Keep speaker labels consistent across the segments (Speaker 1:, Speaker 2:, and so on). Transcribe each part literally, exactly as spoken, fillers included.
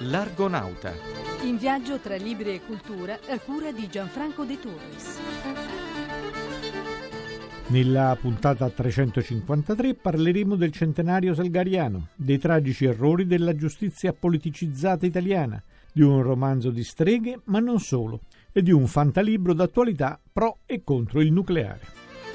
Speaker 1: L'Argonauta.
Speaker 2: In viaggio tra libri e cultura a cura di Gianfranco De Torres.
Speaker 3: Nella puntata trecentocinquantatré parleremo del centenario salgariano, dei tragici errori della giustizia politicizzata italiana, di un romanzo di streghe, ma non solo, e di un fantalibro d'attualità pro e contro il nucleare.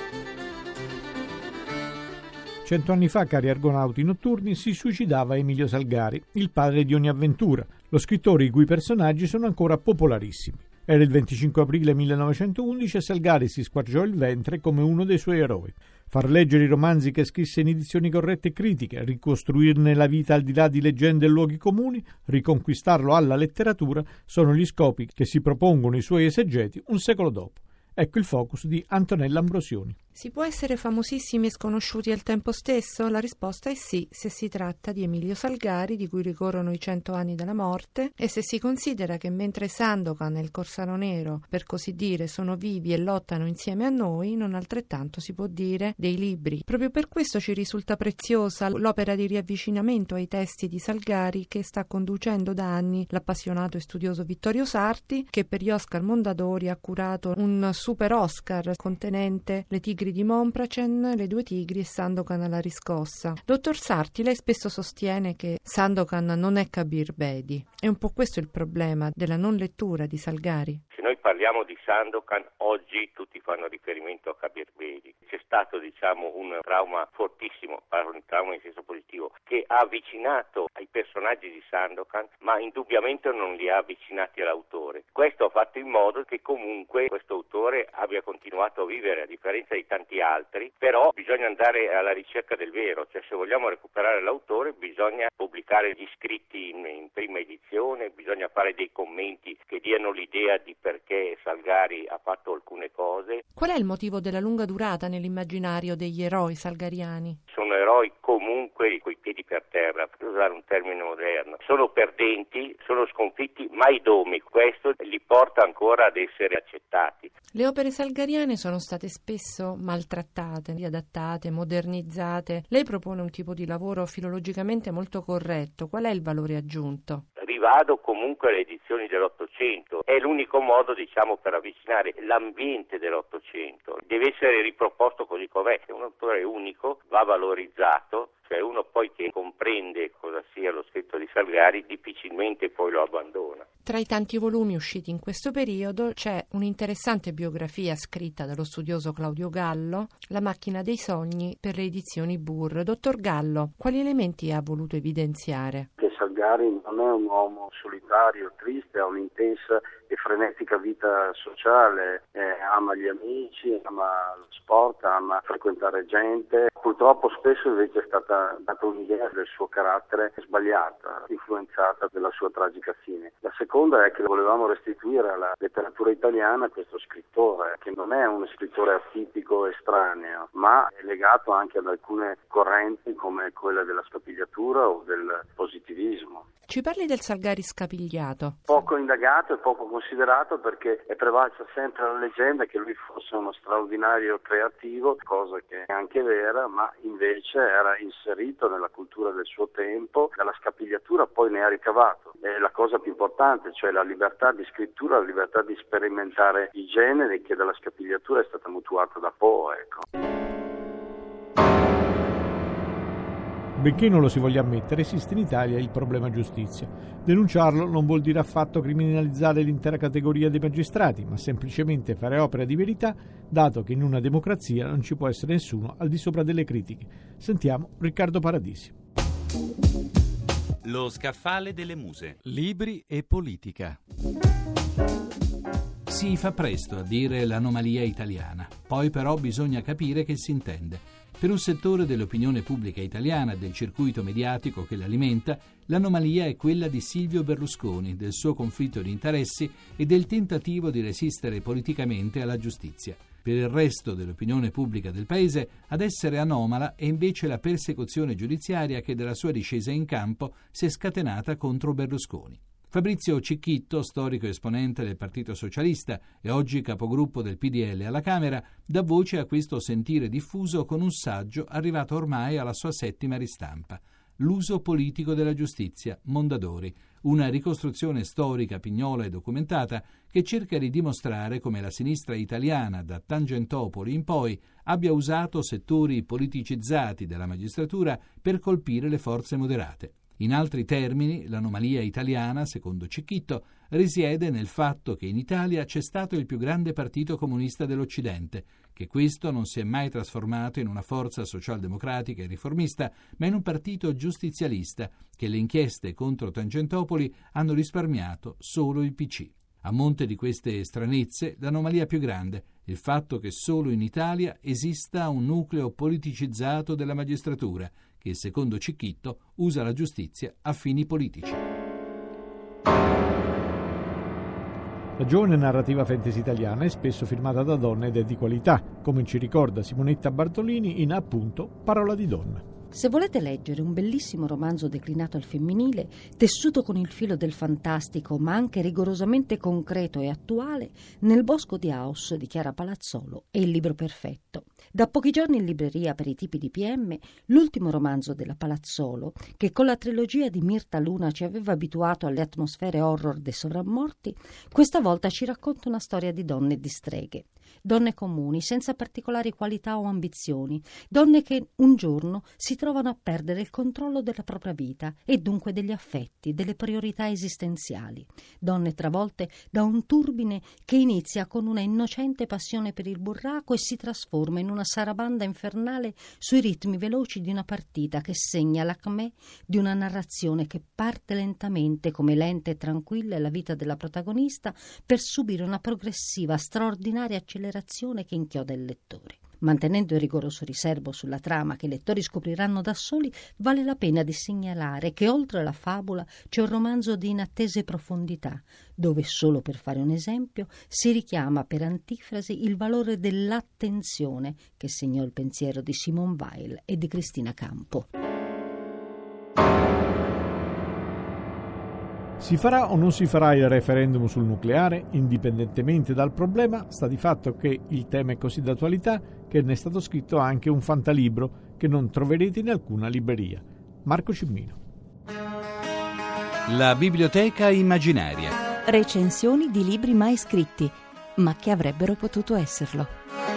Speaker 3: Cento anni fa, cari argonauti notturni, si suicidava Emilio Salgari, il padre di ogni avventura, lo scrittore i cui personaggi sono ancora popolarissimi. Era il venticinque aprile millenovecentoundici e Salgari si squarciò il ventre come uno dei suoi eroi. Far leggere i romanzi che scrisse in edizioni corrette e critiche, ricostruirne la vita al di là di leggende e luoghi comuni, riconquistarlo alla letteratura, sono gli scopi che si propongono i suoi esegeti un secolo dopo. Ecco il focus di Antonella Ambrosioni.
Speaker 4: Si può essere famosissimi e sconosciuti al tempo stesso? La risposta è sì, se si tratta di Emilio Salgari, di cui ricorrono i cento anni dalla morte, e se si considera che mentre Sandokan e il Corsaro Nero, per così dire, sono vivi e lottano insieme a noi, non altrettanto si può dire dei libri. Proprio per questo ci risulta preziosa l'opera di riavvicinamento ai testi di Salgari che sta conducendo da anni l'appassionato e studioso Vittorio Sarti, che per gli Oscar Mondadori ha curato un super Oscar contenente Le tigri di Mompracen, Le due tigri e Sandokan alla riscossa. Dottor Sarti, lei spesso sostiene che Sandokan non è Kabir Bedi. È un po' questo il problema della non lettura di Salgari?
Speaker 5: Se noi parliamo di Sandokan, oggi tutti fanno riferimento a Kabir Bedi. C'è stato, diciamo, un trauma fortissimo, parlo di trauma in senso positivo, che ha avvicinato ai personaggi di Sandokan, ma indubbiamente non li ha avvicinati all'autore. Questo ha fatto in modo che comunque questo autore abbia continuato a vivere, a differenza di tanti altri, però bisogna andare alla ricerca del vero, cioè se vogliamo recuperare l'autore bisogna pubblicare gli scritti in, in prima edizione, bisogna fare dei commenti che diano l'idea di perché Salgari ha fatto alcune cose.
Speaker 4: Qual è il motivo della lunga durata nell'immaginario degli eroi salgariani?
Speaker 5: Sono eroi comunque coi piedi per terra, per usare un termine moderno. Sono perdenti, sono sconfitti, mai domi. Questo li porta ancora ad essere accettati.
Speaker 4: Le opere salgariane sono state spesso maltrattate, riadattate, modernizzate. Lei propone un tipo di lavoro filologicamente molto corretto. Qual è il valore aggiunto?
Speaker 5: Rivado comunque alle edizioni dell'Ottocento, è l'unico modo, diciamo, per avvicinare l'ambiente dell'Ottocento. Deve essere riproposto così com'è, è un autore unico, va valorizzato, cioè uno poi che comprende cosa sia lo scritto di Salgari difficilmente poi lo abbandona.
Speaker 4: Tra i tanti volumi usciti in questo periodo c'è un'interessante biografia scritta dallo studioso Claudio Gallo, La macchina dei sogni, per le edizioni Burr. Dottor Gallo, quali elementi ha voluto evidenziare?
Speaker 6: Salgari non è un uomo solitario, triste, ha un'intensa e frenetica vita sociale, eh, ama gli amici, ama lo sport, ama frequentare gente. Purtroppo spesso invece è stata data un'idea del suo carattere sbagliata, influenzata dalla sua tragica fine. La seconda è che volevamo restituire alla letteratura italiana questo scrittore, che non è uno scrittore atipico, estraneo, ma è legato anche ad alcune correnti come quella della scapigliatura o del positivismo.
Speaker 4: Ci parli del Salgari scapigliato?
Speaker 6: Poco indagato e poco considerato, perché è prevalsa sempre la leggenda che lui fosse uno straordinario creativo, cosa che è anche vera, ma invece era inserito nella cultura del suo tempo. Dalla scapigliatura poi ne ha ricavato. È la cosa più importante, cioè la libertà di scrittura, la libertà di sperimentare i generi, che dalla scapigliatura è stata mutuata da Poe, ecco.
Speaker 3: Benché non lo si voglia ammettere, esiste in Italia il problema giustizia. Denunciarlo non vuol dire affatto criminalizzare l'intera categoria dei magistrati, ma semplicemente fare opera di verità, dato che in una democrazia non ci può essere nessuno al di sopra delle critiche. Sentiamo Riccardo Paradisi.
Speaker 1: Lo scaffale delle muse.
Speaker 7: Libri e politica. Si fa presto a dire l'anomalia italiana, poi però bisogna capire che si intende. Per un settore dell'opinione pubblica italiana e del circuito mediatico che l'alimenta, l'anomalia è quella di Silvio Berlusconi, del suo conflitto di interessi e del tentativo di resistere politicamente alla giustizia. Per il resto dell'opinione pubblica del paese, ad essere anomala è invece la persecuzione giudiziaria che dalla sua discesa in campo si è scatenata contro Berlusconi. Fabrizio Cicchitto, storico esponente del Partito Socialista e oggi capogruppo del P D L alla Camera, dà voce a questo sentire diffuso con un saggio arrivato ormai alla sua settima ristampa. L'uso politico della giustizia, Mondadori, una ricostruzione storica pignola e documentata che cerca di dimostrare come la sinistra italiana da Tangentopoli in poi abbia usato settori politicizzati della magistratura per colpire le forze moderate. In altri termini, l'anomalia italiana, secondo Cicchitto, risiede nel fatto che in Italia c'è stato il più grande partito comunista dell'Occidente, che questo non si è mai trasformato in una forza socialdemocratica e riformista, ma in un partito giustizialista, che le inchieste contro Tangentopoli hanno risparmiato solo il P C. A monte di queste stranezze, l'anomalia più grande, il fatto che solo in Italia esista un nucleo politicizzato della magistratura, che secondo Cicchitto usa la giustizia a fini politici.
Speaker 3: La giovane narrativa fantasy italiana è spesso firmata da donne ed è di qualità, come ci ricorda Simonetta Bartolini in appunto Parola di donna.
Speaker 8: Se volete leggere un bellissimo romanzo declinato al femminile, tessuto con il filo del fantastico, ma anche rigorosamente concreto e attuale, Nel bosco di House di Chiara Palazzolo è il libro perfetto. Da pochi giorni in libreria per i tipi di P M, l'ultimo romanzo della Palazzolo, che con la trilogia di Mirta Luna ci aveva abituato alle atmosfere horror dei sovrammorti, questa volta ci racconta una storia di donne e di streghe. Donne comuni, senza particolari qualità o ambizioni, donne che un giorno si trovano a perdere il controllo della propria vita e dunque degli affetti, delle priorità esistenziali. Donne travolte da un turbine che inizia con una innocente passione per il burraco e si trasforma in una sarabanda infernale sui ritmi veloci di una partita che segna l'acmè di una narrazione che parte lentamente, come lenta e tranquilla è la vita della protagonista, per subire una progressiva, straordinaria accelerazione che inchioda il lettore. Mantenendo il rigoroso riservo sulla trama che i lettori scopriranno da soli, vale la pena di segnalare che oltre alla fabula c'è un romanzo di inattese profondità, dove, solo per fare un esempio, si richiama per antifrasi il valore dell'attenzione che segnò il pensiero di Simone Weil e di Cristina Campo.
Speaker 3: Si farà o non si farà il referendum sul nucleare? Indipendentemente dal problema, sta di fatto che il tema è così d'attualità che ne è stato scritto anche un fantalibro che non troverete in alcuna libreria. Marco Cimmino.
Speaker 1: La biblioteca immaginaria.
Speaker 9: Recensioni di libri mai scritti, ma che avrebbero potuto esserlo.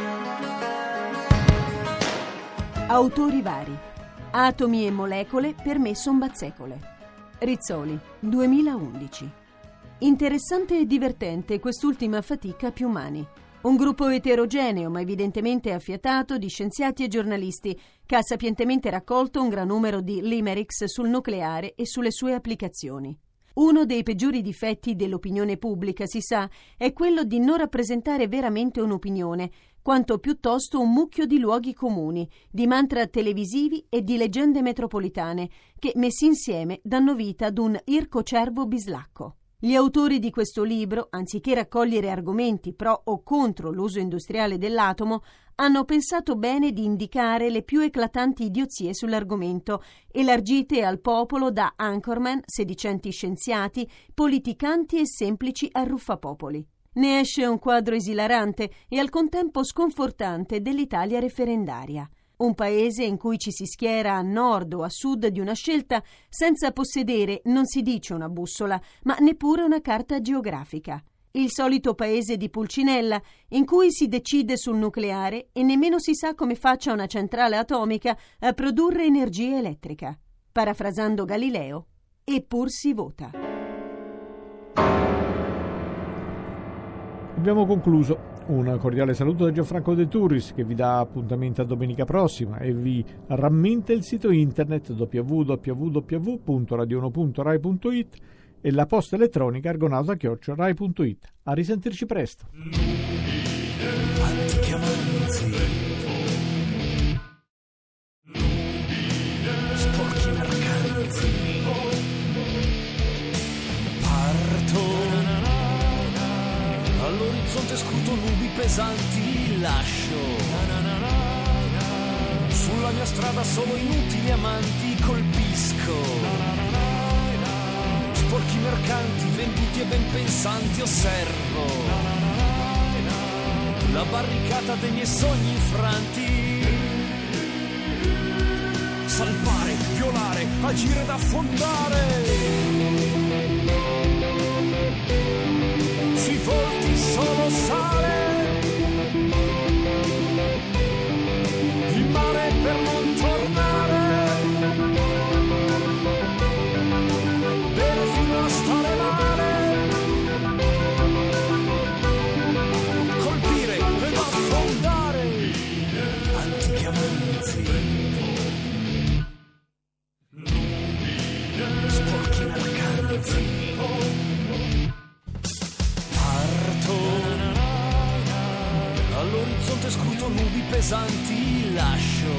Speaker 9: Autori vari. Atomi e molecole per me son bazzecole. Rizzoli, duemilaundici. Interessante e divertente quest'ultima fatica più mani. Un gruppo eterogeneo ma evidentemente affiatato di scienziati e giornalisti che ha sapientemente raccolto un gran numero di limericks sul nucleare e sulle sue applicazioni. Uno dei peggiori difetti dell'opinione pubblica, si sa, è quello di non rappresentare veramente un'opinione, quanto piuttosto un mucchio di luoghi comuni, di mantra televisivi e di leggende metropolitane, che messi insieme danno vita ad un ircocervo bislacco. Gli autori di questo libro, anziché raccogliere argomenti pro o contro l'uso industriale dell'atomo, hanno pensato bene di indicare le più eclatanti idiozie sull'argomento, elargite al popolo da anchorman, sedicenti scienziati, politicanti e semplici arruffapopoli. Ne esce un quadro esilarante e al contempo sconfortante dell'Italia referendaria. Un paese in cui ci si schiera a nord o a sud di una scelta senza possedere, non si dice una bussola, ma neppure una carta geografica. Il solito paese di Pulcinella, in cui si decide sul nucleare e nemmeno si sa come faccia una centrale atomica a produrre energia elettrica. Parafrasando Galileo, eppur si vota.
Speaker 3: Abbiamo concluso. Un cordiale saluto da Gianfranco De Turris che vi dà appuntamento a domenica prossima e vi rammenta il sito internet w w w punto radio uno punto rai punto it e la posta elettronica argonauta chiocciola rai punto it. A risentirci presto.
Speaker 10: Antichi amanti, sporchi mercanti, parto, all'orizzonte scuto nubi pesanti, lascio, sulla mia strada solo inutili amanti, colpisco. Sporchi mercanti, venduti e ben pensanti, osservo la barricata dei miei sogni infranti. Salvare, violare, agire da affondare. all'orizzonte scruto nubi pesanti, lascio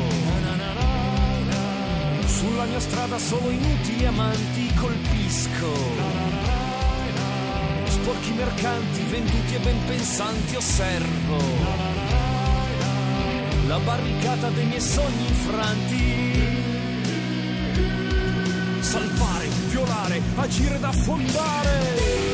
Speaker 10: sulla mia strada solo inutili amanti, colpisco sporchi mercanti, venduti e ben pensanti, osservo la barricata dei miei sogni infranti, salvare, violare, agire da affondare.